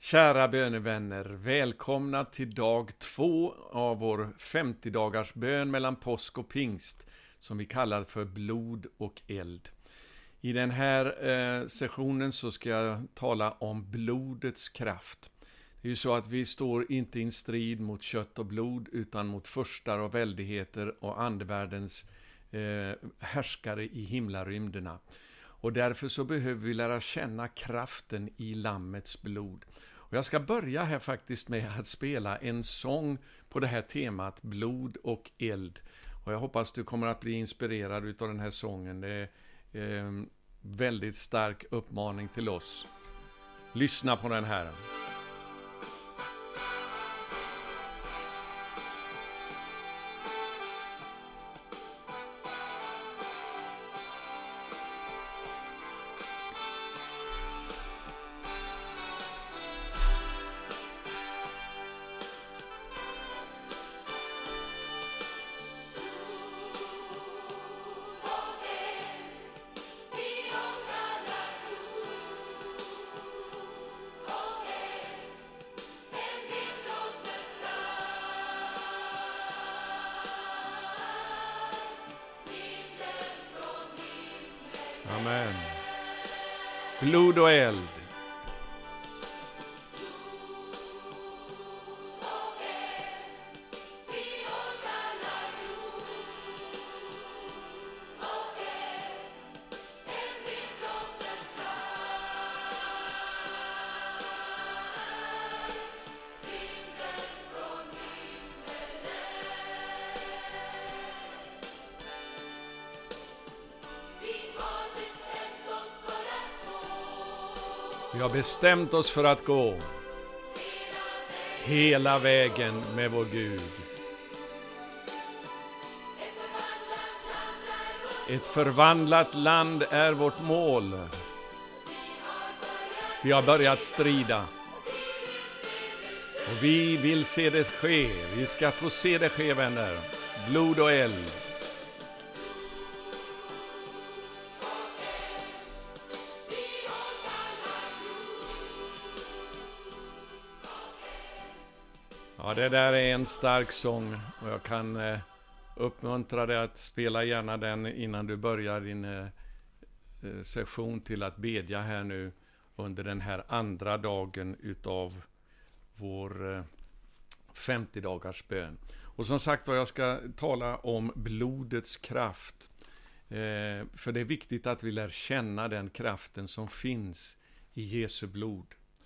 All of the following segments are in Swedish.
Kära bönevänner, välkomna till dag 2 av vår 50-dagars bön mellan påsk och pingst, som vi kallar för blod och eld. I den här sessionen så ska jag tala om blodets kraft. Det är ju så att vi står inte i en strid mot kött och blod, utan mot furstar och väldigheter och andevärldens härskare i himlarymderna. Och därför så behöver vi lära känna kraften i lammets blod. Och jag ska börja här faktiskt med att spela en sång på det här temat blod och eld. Och jag hoppas du kommer att bli inspirerad av den här sången. Det är en väldigt stark uppmaning till oss. Lyssna på den här. Amen. Blod och eld. Vi har bestämt oss för att gå hela vägen med vår Gud. Ett förvandlat land är vårt mål. Vi har börjat strida. Och vi vill se det ske. Vi ska få se det ske, vänner. Blod och eld. Ja, det där är en stark sång och jag kan uppmuntra dig att spela gärna den innan du börjar din session till att bedja här nu under den här andra dagen utav vår 50-dagars bön. Och som sagt vad jag ska tala om blodets kraft. För det är viktigt att vi lär känna den kraften som finns i Jesu blod.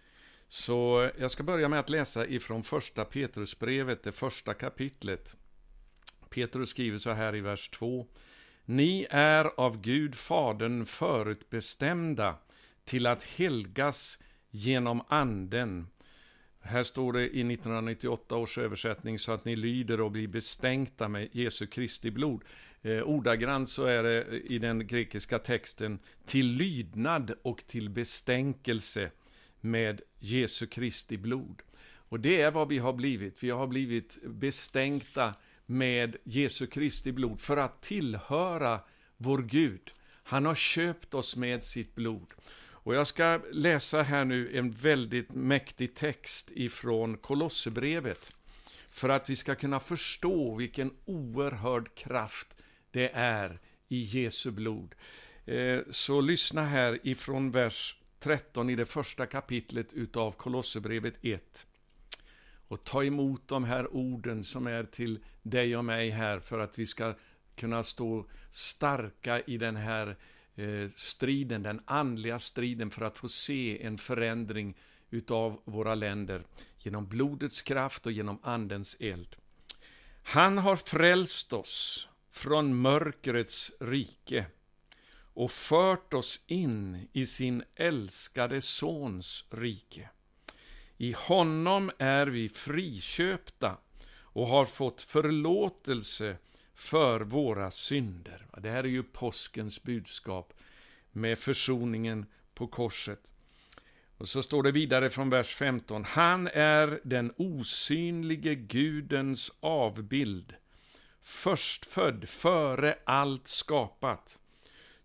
Så jag ska börja med att läsa ifrån första Petrusbrevet, det första kapitlet. Petrus skriver så här i vers 2. Ni är av Gud Fadern förutbestämda till att helgas genom anden. Här står det i 1998 års översättning så att ni lyder och blir bestänkta med Jesu Kristi blod. Ordagrant så är det i den grekiska texten till lydnad och till bestänkelse med Jesu Kristi blod. Och det är vad vi har blivit. Vi har blivit bestänkta med Jesu Kristi blod för att tillhöra vår Gud. Han har köpt oss med sitt blod. Och jag ska läsa här nu en väldigt mäktig text ifrån Kolosserbrevet för att vi ska kunna förstå vilken oerhörd kraft det är i Jesu blod. Så lyssna här ifrån vers 13 i det första kapitlet utav Kolosserbrevet 1. Och ta emot de här orden som är till dig och mig här för att vi ska kunna stå starka i den här striden, den andliga striden för att få se en förändring utav våra länder genom blodets kraft och genom andens eld. Han har frälst oss från mörkrets rike och fört oss in i sin älskade sons rike. I honom är vi friköpta och har fått förlåtelse för våra synder. Det här är ju påskens budskap med försoningen på korset. Och så står det vidare från vers 15. Han är den osynlige Gudens avbild, förstfödd före allt skapat.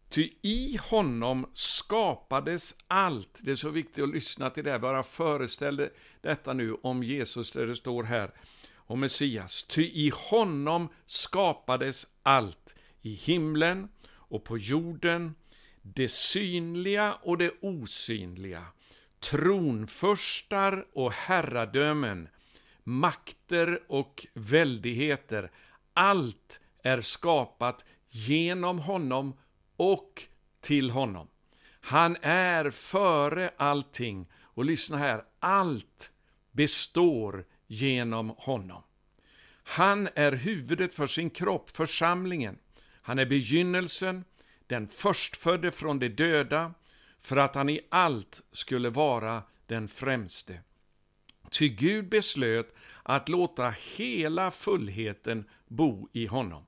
Ty i honom skapades allt. Det är så viktigt att lyssna till det. Bara föreställ dig detta nu om Jesus, där det står här om Messias. Ty i honom skapades allt, i himlen och på jorden, det synliga och det osynliga, tronförstar och herradömen, makter och väldigheter. Allt är skapat genom honom och till honom. Han är före allting. Och lyssna här, allt består genom honom. Han är huvudet för sin kropp, församlingen. Han är begynnelsen, den förstfödde från de döda, för att han i allt skulle vara den främste. Ty Gud beslöt att låta hela fullheten bo i honom,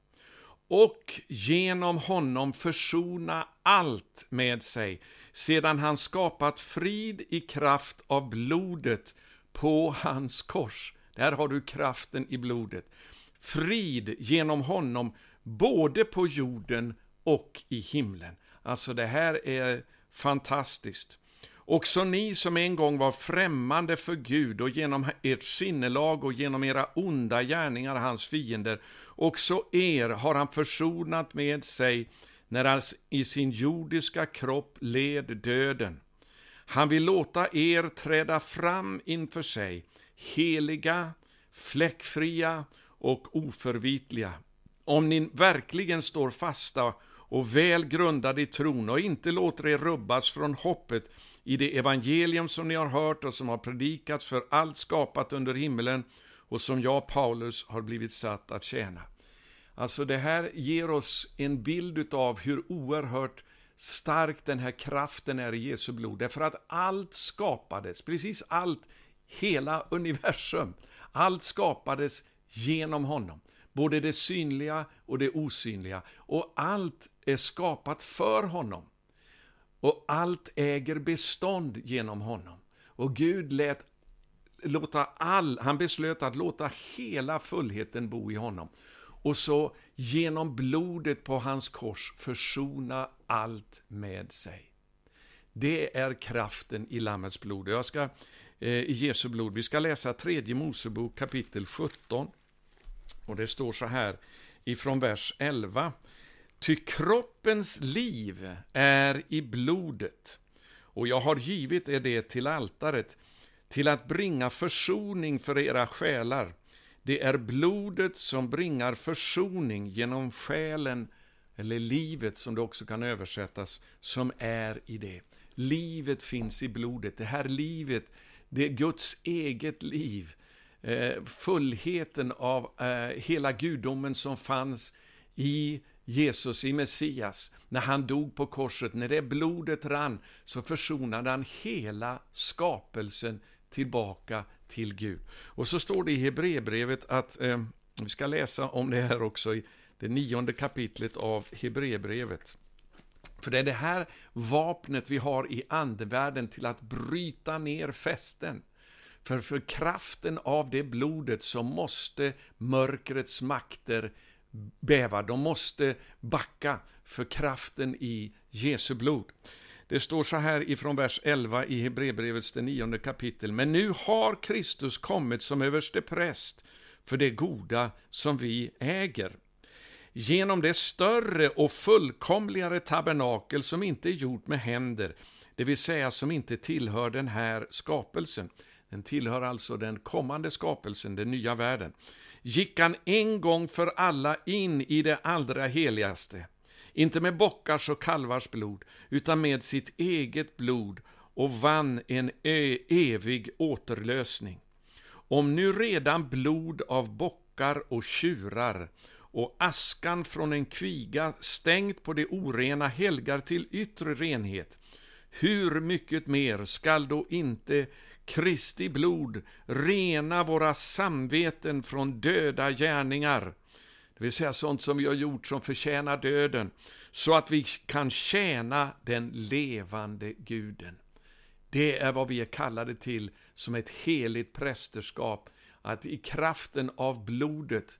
och genom honom försona allt med sig, sedan han skapat frid i kraft av blodet på hans kors. Där har du kraften i blodet. Frid genom honom både på jorden och i himlen. Alltså det här är fantastiskt. Också ni som en gång var främmande för Gud och genom ert sinnelag och genom era onda gärningar hans fiender, också er har han försonat med sig när han i sin jordiska kropp led döden. Han vill låta er träda fram inför sig, heliga, fläckfria och oförvitliga. Om ni verkligen står fasta och väl grundade i tron och inte låter er rubbas från hoppet i det evangelium som ni har hört och som har predikats för allt skapat under himmelen och som jag, Paulus, har blivit satt att tjäna. Alltså det här ger oss en bild av hur oerhört stark den här kraften är i Jesu blod. Därför att allt skapades, precis allt, hela universum, allt skapades genom honom. Både det synliga och det osynliga. Och allt är skapat för honom. Och allt äger bestånd genom honom. Och Gud han beslöt att låta hela fullheten bo i honom. Och så genom blodet på hans kors försona allt med sig. Det är kraften i Lammets blod. Jag ska i Jesu blod. Vi ska läsa 3 Mosebok kapitel 17. Och det står så här ifrån vers 11. Ty kroppens liv är i blodet, och jag har givit er det till altaret, till att bringa försoning för era själar. Det är blodet som bringar försoning genom själen, eller livet som det också kan översättas, som är i det. Livet finns i blodet. Det här livet, det är Guds eget liv. Fullheten av hela gudomen som fanns i Jesus, i Messias, när han dog på korset, när det blodet rann, så försonade han hela skapelsen tillbaka till Gud. Och så står det i Hebreerbrevet att, vi ska läsa om det här också i det 9:e kapitlet av Hebreerbrevet. För det är det här vapnet vi har i andevärlden till att bryta ner fästen. För kraften av det blodet så måste mörkrets makter bäva. De måste backa för kraften i Jesu blod. Det står så här ifrån vers 11 i Hebreerbrevets 9:e kapitel. Men nu har Kristus kommit som överste präst för det goda som vi äger. Genom det större och fullkomligare tabernakel som inte är gjort med händer, det vill säga som inte tillhör den här skapelsen. Den tillhör alltså den kommande skapelsen, den nya världen. Gick han en gång för alla in i det allra heligaste, inte med bockars och kalvars blod, utan med sitt eget blod, och vann en evig återlösning. Om nu redan blod av bockar och tjurar och askan från en kviga stängt på det orena helgar till yttre renhet, hur mycket mer skall då inte Kristi blod rena våra samveten från döda gärningar, det vill säga sånt som vi har gjort som förtjänar döden, så att vi kan tjäna den levande Guden. Det är vad vi är kallade till som ett heligt prästerskap, att i kraften av blodet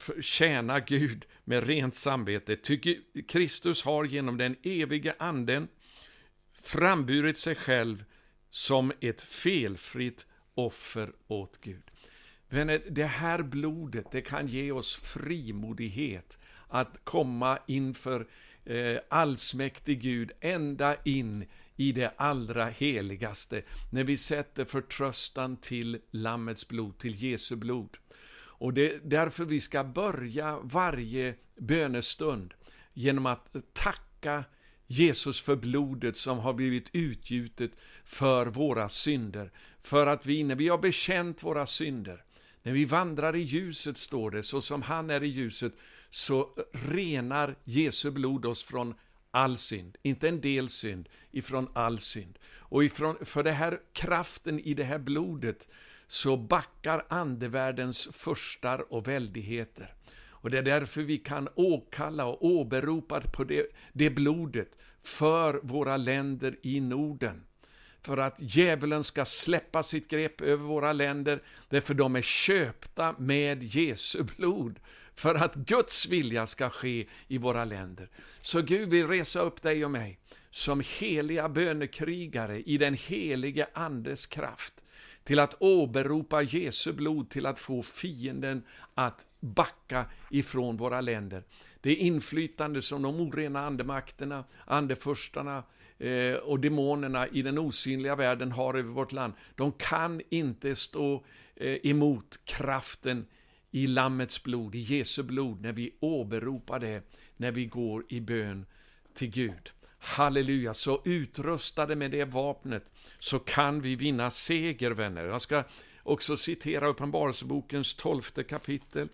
tjäna Gud med rent samvete. Kristus har genom den eviga anden framburit sig själv som ett felfritt offer åt Gud. Vänner, det här blodet, det kan ge oss frimodighet att komma inför allsmäktig Gud ända in i det allra heligaste, när vi sätter förtröstan till Lammets blod, till Jesu blod. Och det är därför vi ska börja varje bönestund genom att tacka Jesus för blodet som har blivit utgjutet för våra synder. För att vi, när vi har bekänt våra synder, när vi vandrar i ljuset, står det, så som han är i ljuset, så renar Jesu blod oss från all synd. Inte en del synd, ifrån all synd. Och för det här kraften i det här blodet så backar andevärldens furstar och väldigheter. Och det är därför vi kan åkalla och åberopa på det blodet för våra länder i Norden. För att djävulen ska släppa sitt grepp över våra länder, därför de är köpta med Jesu blod. För att Guds vilja ska ske i våra länder. Så Gud vill resa upp dig och mig som heliga bönekrigare i den helige andes kraft, till att åberopa Jesu blod, till att få fienden att backa ifrån våra länder. Det inflytande som de orena andemakterna, andefurstarna och demonerna i den osynliga världen har över vårt land, de kan inte stå emot kraften i Lammets blod, i Jesu blod, när vi åberopar det, när vi går i bön till Gud. Halleluja, så utrustade med det vapnet så kan vi vinna seger, vänner. Jag ska också citera Uppenbarelsebokens 12:e kapitel,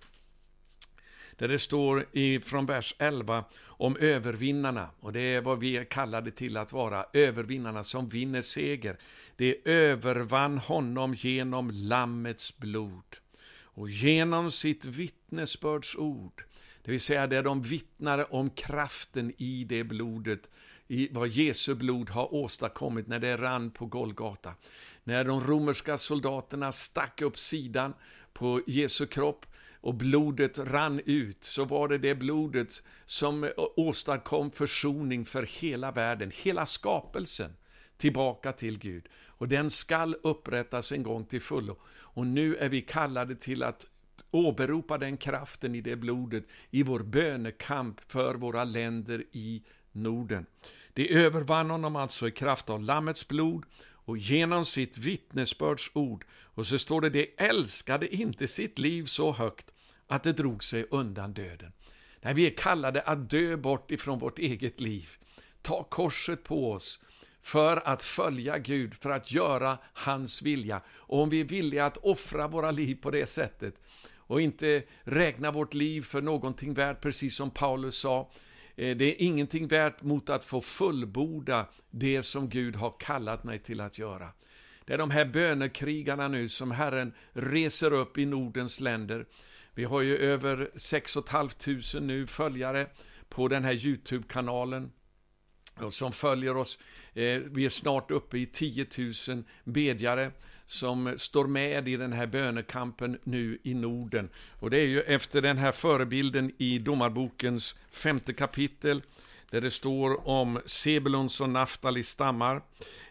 där det står från vers 11 om övervinnarna. Och det är vad vi är kallade till att vara, övervinnarna som vinner seger. Det övervann honom genom Lammets blod och genom sitt vittnesbörds ord. Det vill säga där de vittnar om kraften i det blodet, i vad Jesu blod har åstadkommit när det rann på Golgata. När de romerska soldaterna stack upp sidan på Jesu kropp och blodet rann ut, så var det blodet som åstadkom försoning för hela världen, hela skapelsen, tillbaka till Gud. Och den skall upprättas en gång till fullo. Och nu är vi kallade till att åberopa den kraften i det blodet i vår bönekamp för våra länder i Norden. Det övervann honom alltså i kraft av Lammets blod och genom sitt vittnesbörds ord. Och så står det älskade inte sitt liv så högt att det drog sig undan döden. När vi är kallade att dö bort ifrån vårt eget liv, ta korset på oss för att följa Gud, för att göra hans vilja. Och om vi är villiga att offra våra liv på det sättet och inte räkna vårt liv för någonting värt, precis som Paulus sa, det är ingenting värt mot att få fullborda det som Gud har kallat mig till att göra. Det är de här bönekrigarna nu som Herren reser upp i Nordens länder. Vi har ju över 6 500 nu följare på den här YouTube-kanalen som följer oss. Vi är snart uppe i 10 000 bedjare som står med i den här bönekampen nu i Norden. Och det är ju efter den här förebilden i Domarbokens 5:e kapitel, där det står om Sebulons och Naftalis stammar.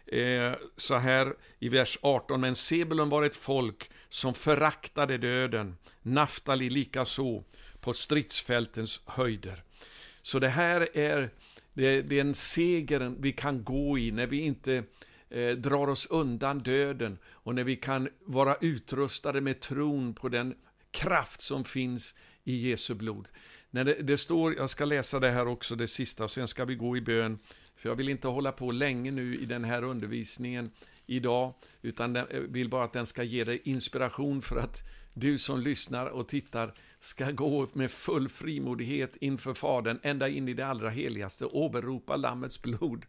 Så här i vers 18: men Sebulon var ett folk som föraktade döden, Naftali lika så på stridsfältens höjder. Så det här är en seger vi kan gå i när vi inte drar oss undan döden, och när vi kan vara utrustade med tron på den kraft som finns i Jesu blod. När det står, jag ska läsa det här också, det sista, och sen ska vi gå i bön, för jag vill inte hålla på länge nu i den här undervisningen idag, utan jag vill bara att den ska ge dig inspiration för att du som lyssnar och tittar ska gå med full frimodighet inför Fadern ända in i det allra heligaste, åberopa Lammets blod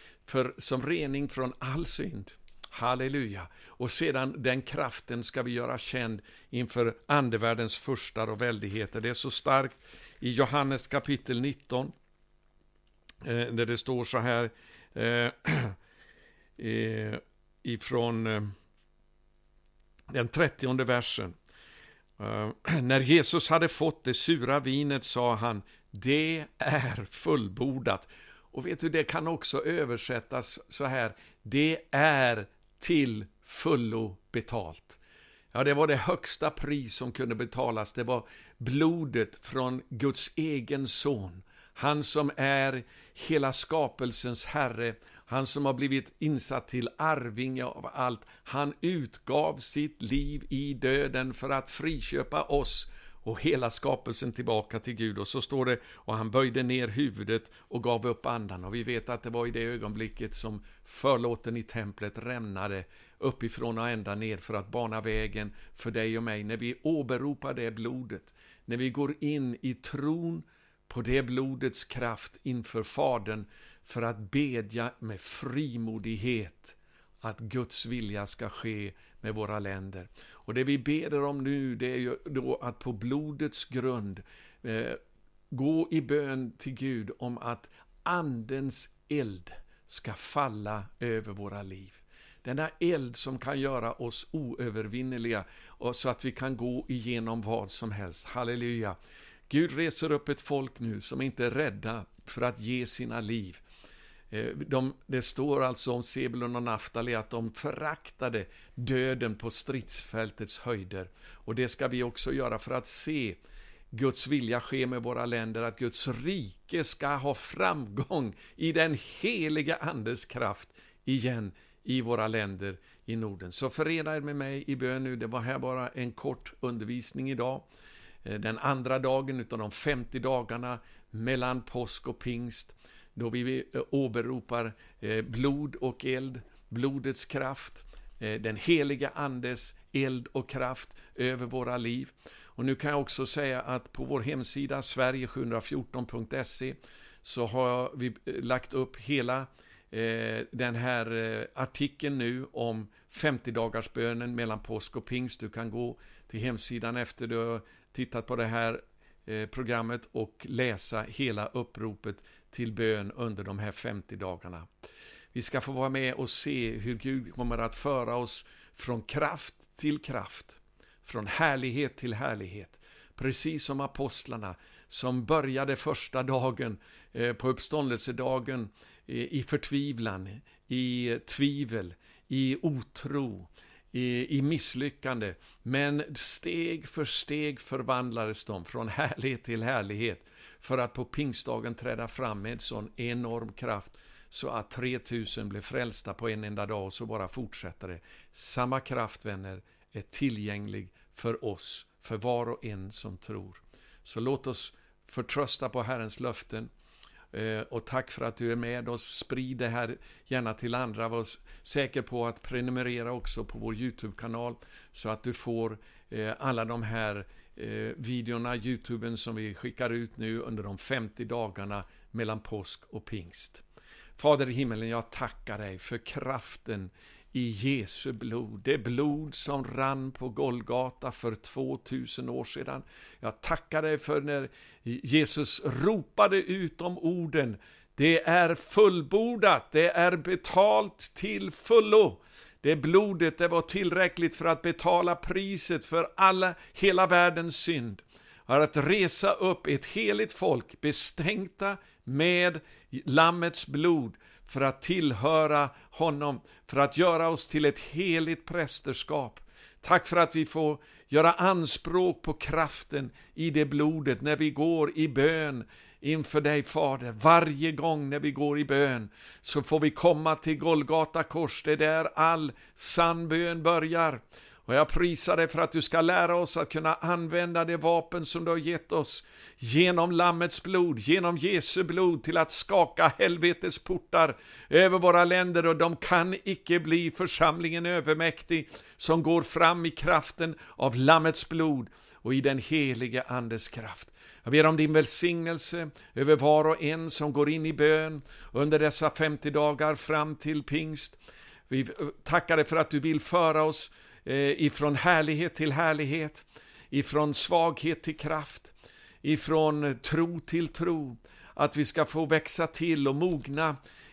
som rening från all synd. Halleluja. Och sedan den kraften ska vi göra känd inför andevärldens furstar och väldigheter. Det är så starkt i Johannes kapitel 19, där det står så här ifrån den 30:e versen. När Jesus hade fått det sura vinet sa han, det är fullbordat. Och vet du, det kan också översättas så här, det är till fullo betalt. Ja, det var det högsta pris som kunde betalas. Det var blodet från Guds egen son. Han som är hela skapelsens herre. Han som har blivit insatt till arvinge av allt. Han utgav sitt liv i döden för att friköpa oss och hela skapelsen tillbaka till Gud. Och så står det, och han böjde ner huvudet och gav upp andan. Och vi vet att det var i det ögonblicket som förlåten i templet rämnade uppifrån och ända ner för att bana vägen för dig och mig. När vi åberopar det blodet, när vi går in i tron på det blodets kraft inför Fadern för att bedja med frimodighet att Guds vilja ska ske med våra länder. Och det vi beder om nu, det är ju då att på blodets grund gå i bön till Gud om att andens eld ska falla över våra liv. Denna eld som kan göra oss oövervinneliga och så att vi kan gå igenom vad som helst. Halleluja. Gud reser upp ett folk nu som inte är rädda för att ge sina liv. Det står alltså om Sebulon och Naftali att de föraktade döden på stridsfältets höjder. Och det ska vi också göra för att se Guds vilja ske med våra länder, att Guds rike ska ha framgång i den heliga andes kraft igen i våra länder i Norden. Så förena er med mig i bön nu. Det var här bara en kort undervisning idag. Den andra dagen utav de 50 dagarna mellan påsk och pingst, då vi åberopar blod och eld, blodets kraft, den heliga andes eld och kraft över våra liv. Och nu kan jag också säga att på vår hemsida sverige714.se så har vi lagt upp hela den här artikeln nu om 50-dagarsbönen mellan påsk och pingst. Du kan gå till hemsidan efter du har tittat på det här programmet och läsa hela uppropet till bön under de här 50 dagarna. Vi ska få vara med och se hur Gud kommer att föra oss från kraft till kraft, från härlighet till härlighet. Precis som apostlarna som började första dagen på uppståndelsedagen i förtvivlan, i tvivel, i otro, i misslyckande. Men steg för steg förvandlades de från härlighet till härlighet för att på pingstdagen träda fram med sån enorm kraft så att 3000 blev frälsta på en enda dag, och så bara fortsätter det. Samma kraft, vänner, är tillgänglig för oss, för var och en som tror. Så låt oss förtrösta på Herrens löften. Och tack för att du är med oss. Sprid det här gärna till andra. Var säker på att prenumerera också på vår YouTube-kanal så att du får alla de här videorna, YouTuben som vi skickar ut nu under de 50 dagarna mellan påsk och pingst. Fader i himmelen, jag tackar dig för kraften i Jesu blod. Det blod som rann på Golgata för 2000 år sedan. Jag tackar dig för när Jesus ropade ut de orden. Det är fullbordat, det är betalt till fullo. Det blodet, det var tillräckligt för att betala priset för hela världens synd. Att resa upp ett heligt folk bestänkta med lammets blod för att tillhöra honom, för att göra oss till ett heligt prästerskap. Tack för att vi får göra anspråk på kraften i det blodet när vi går i bön inför dig, Fader. Varje gång när vi går i bön så får vi komma till Golgata kors. Det är där all sann bön börjar. Och jag prisar dig för att du ska lära oss att kunna använda det vapen som du har gett oss genom lammets blod, genom Jesu blod, till att skaka helvetets portar över våra länder, och de kan icke bli församlingen övermäktig som går fram i kraften av lammets blod och i den helige andes kraft. Jag ber om din välsignelse över var och en som går in i bön under dessa 50 dagar fram till pingst. Vi tackar dig för att du vill föra oss ifrån härlighet till härlighet, ifrån svaghet till kraft, ifrån tro till tro, att vi ska få växa till och mogna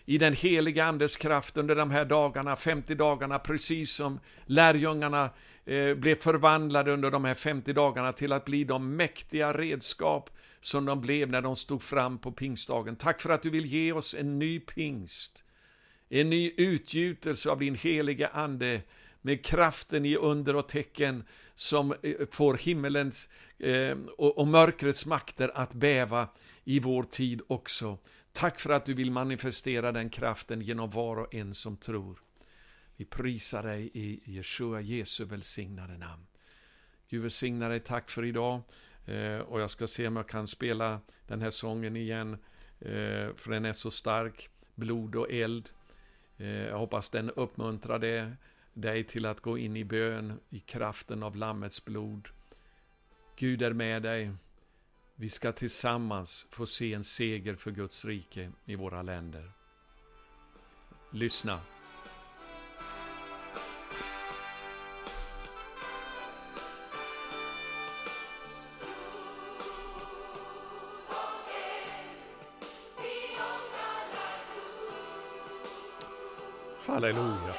i den heliga Andes kraft under de här dagarna, 50 dagarna, precis som lärjungarna blev förvandlade under de här 50 dagarna till att bli de mäktiga redskap som de blev när de stod fram på pingstdagen. Tack för att du vill ge oss en ny pingst, en ny utgjutelse av din heliga ande med kraften i under och tecken som får himmelens och mörkrets makter att bäva i vår tid också. Tack för att du vill manifestera den kraften genom var och en som tror. Vi prisar dig i Jeshua Jesu välsignade namn. Gud välsigna dig, tack för idag. Och jag ska se om jag kan spela den här sången igen. För den är så stark, blod och eld. Jag hoppas den uppmuntrar dig till att gå in i bön i kraften av Lammets blod. Gud är med dig. Vi ska tillsammans få se en seger för Guds rike i våra länder. Lyssna. Halleluja.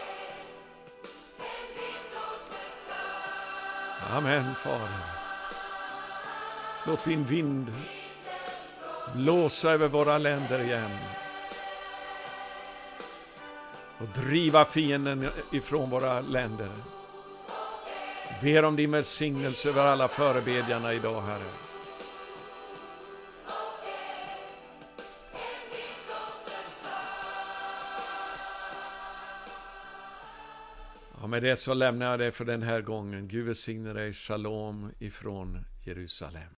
Amen, Fader. Låt din vind blåsa över våra länder igen. Och driva fienden ifrån våra länder. Ber om din välsignelse över alla förebedjarna idag, Herre. Ja, med det så lämnar jag det för den här gången. Gud välsigne dig, shalom ifrån Jerusalem.